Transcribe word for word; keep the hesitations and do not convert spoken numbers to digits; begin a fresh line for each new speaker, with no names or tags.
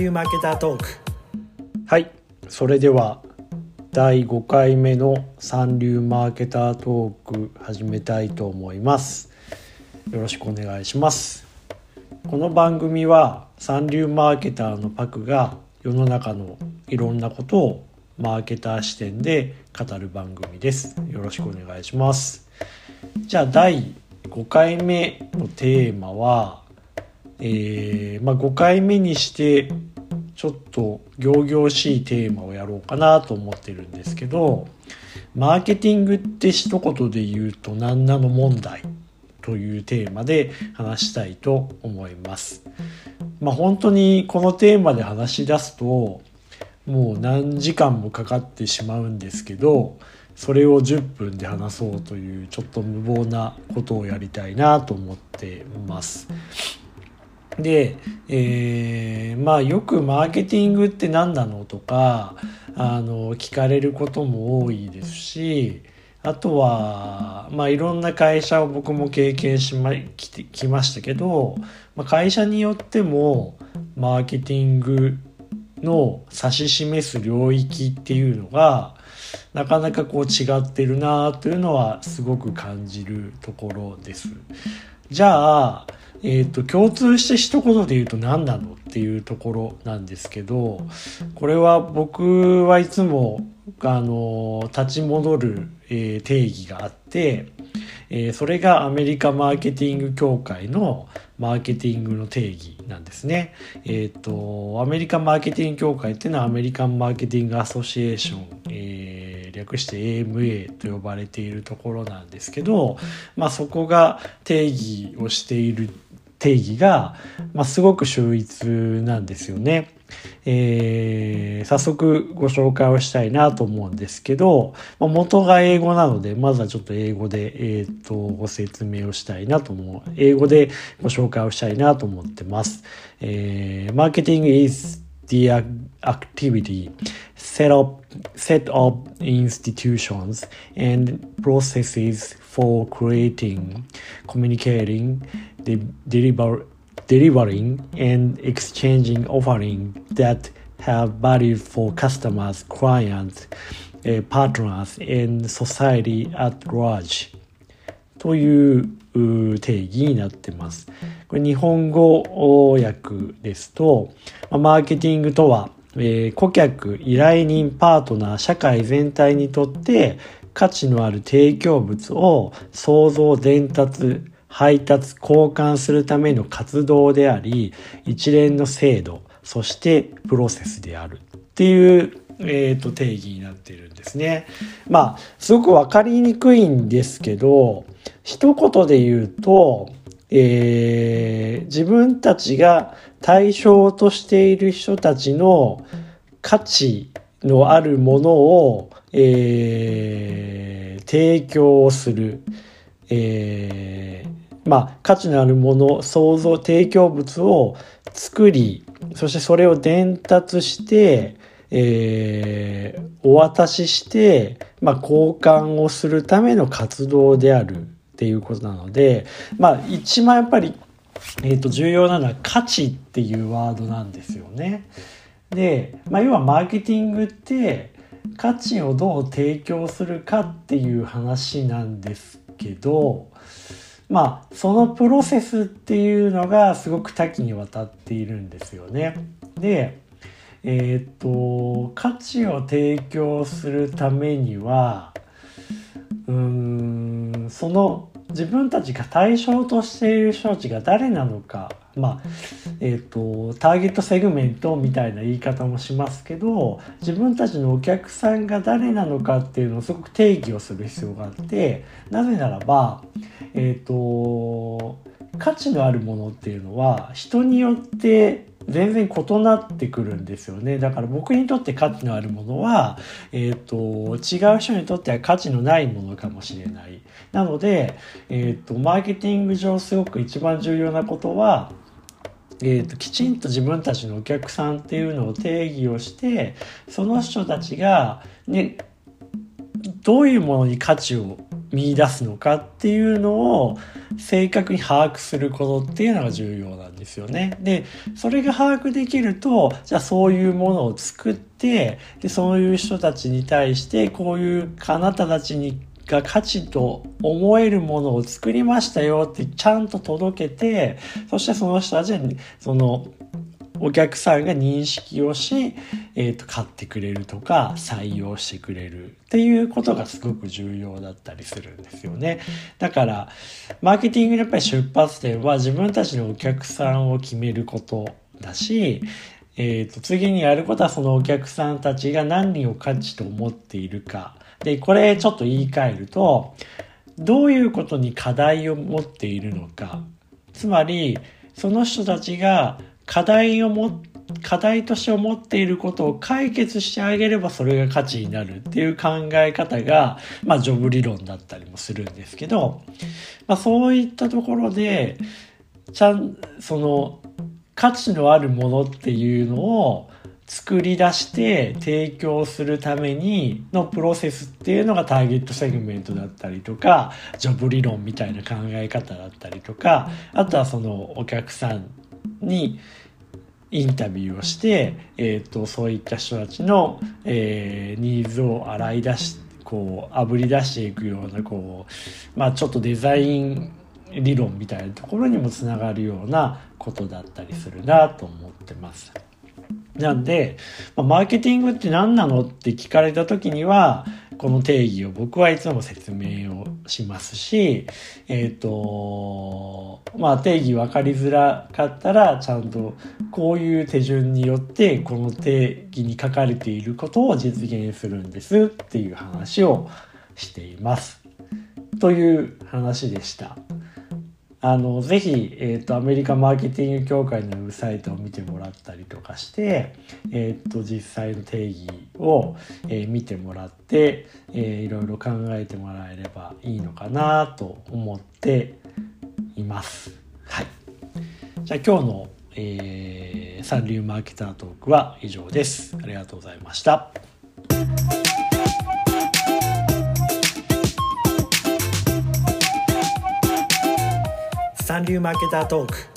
流マーケタートーク。
はい、それではだいごかいめの三流マーケタートーク始めたいと思います。よろしくお願いします。この番組は三流マーケターのパクが世の中のいろんなことをマーケター視点で語る番組です。よろしくお願いします。じゃあだいごかいめのテーマは、えーまあ、ごかいめにしてちょっと仰々しいテーマをやろうかなと思ってるんですけど、マーケティングって一言で言うと何なの問題というテーマで話したいと思います。まあ本当にこのテーマで話し出すともう何時間もかかってしまうんですけど、それをじゅっぷんで話そうというちょっと無謀なことをやりたいなと思ってます。で、えー、まあよくマーケティングって何なのとかあの聞かれることも多いですし、あとはまあいろんな会社を僕も経験しまきてきましたけど、まあ、会社によってもマーケティングの指し示す領域っていうのがなかなかこう違ってるなというのはすごく感じるところです。じゃあ、えーと、共通して一言で言うと何なのっていうところなんですけど、これは僕はいつもあの立ち戻る、えー、定義があって、えー、それがアメリカマーケティング協会のマーケティングの定義なんですね。えっと、アメリカマーケティング協会っていうのはアメリカンマーケティングアソシエーション、えー、略して エーエムエー と呼ばれているところなんですけど、まあそこが定義をしている定義が、まあ、すごく秀逸なんですよね。えー、早速ご紹介をしたいなと思うんですけど、まあ、元が英語なのでまずはちょっと英語で、えー、とご説明をしたいなと思う英語でご紹介をしたいなと思ってます。えー、Marketing is the activity set up set of institutions and processes for creating, communicating, de- deliver delivering and exchanging offerings that have value for customers, clients, uh, partners, and society at large という定義になっています。これ日本語訳ですと、マーケティングとは、えー、顧客、依頼人、パートナー、社会全体にとって価値のある提供物を創造、伝達、配達、交換するための活動であり、一連の制度、そしてプロセスであるっていう、えー、と定義になっているんですね。まあすごくわかりにくいんですけど、一言で言うと、えー、自分たちが対象としている人たちの価値のあるものを、えー、提供する、えーまあ、価値のあるもの、創造、提供物を作り、そしてそれを伝達して、えー、お渡しして、まあ、交換をするための活動であるっていうことなので、まあ、一番やっぱり、えーと、重要なのは価値っていうワードなんですよね。で、まあ、要はマーケティングって価値をどう提供するかっていう話なんですけど、まあそのプロセスっていうのがすごく多岐にわたっているんですよね。で、えっと価値を提供するためには、うーんその自分たちが対象としている人たちが誰なのか、まあえーと、ターゲットセグメントみたいな言い方もしますけど、自分たちのお客さんが誰なのかっていうのをすごく定義をする必要があって、なぜならば、えーと、価値のあるものっていうのは人によって全然異なってくるんですよね。だから僕にとって価値のあるものは、えーと、違う人にとっては価値のないものかもしれない。なので、えーと、マーケティング上すごく一番重要なことは、えーと、きちんと自分たちのお客さんっていうのを定義をして、その人たちが、ね、どういうものに価値を見出すのかっていうのを正確に把握することっていうのが重要なんですよね。で、それが把握できると、じゃあそういうものを作って、で、そういう人たちに対して、こういうあなたたちにが価値と思えるものを作りましたよってちゃんと届けて、そしてその人たちに、その、お客さんが認識をし、えーと、買ってくれるとか採用してくれるっていうことがすごく重要だったりするんですよね。だからマーケティングのやっぱり出発点は自分たちのお客さんを決めることだし、えーと、次にやることはそのお客さんたちが何を価値と思っているか。で、これちょっと言い換えると、どういうことに課題を持っているのか。つまり、その人たちが課題をも、課題として思っていることを解決してあげればそれが価値になるっていう考え方が、まあ、ジョブ理論だったりもするんですけど、まあ、そういったところで、ちゃん、その、価値のあるものっていうのを作り出して提供するためにのプロセスっていうのがターゲットセグメントだったりとか、ジョブ理論みたいな考え方だったりとか、あとはそのお客さんにインタビューをして、えっと、そういった人たちの、えー、ニーズを洗い出し、こう、炙り出していくような、こう、まあちょっとデザイン理論みたいなところにもつながるようなことだったりするなと思ってます。なんで、まあ、マーケティングって何なのって聞かれた時には、この定義を僕はいつも説明をしますし、えっと、まあ定義分かりづらかったら、ちゃんとこういう手順によってこの定義に書かれていることを実現するんですっていう話をしています。という話でした。あの、ぜひ、えっと、アメリカマーケティング協会のウェブサイトを見てもらったりとかして、えっと、実際の定義を、えー、見てもらって、えー、いろいろ考えてもらえればいいのかなと思っています。はい。じゃあ今日の、えー、三流マーケタートークは以上です。ありがとうございました。三流マーケタートーク。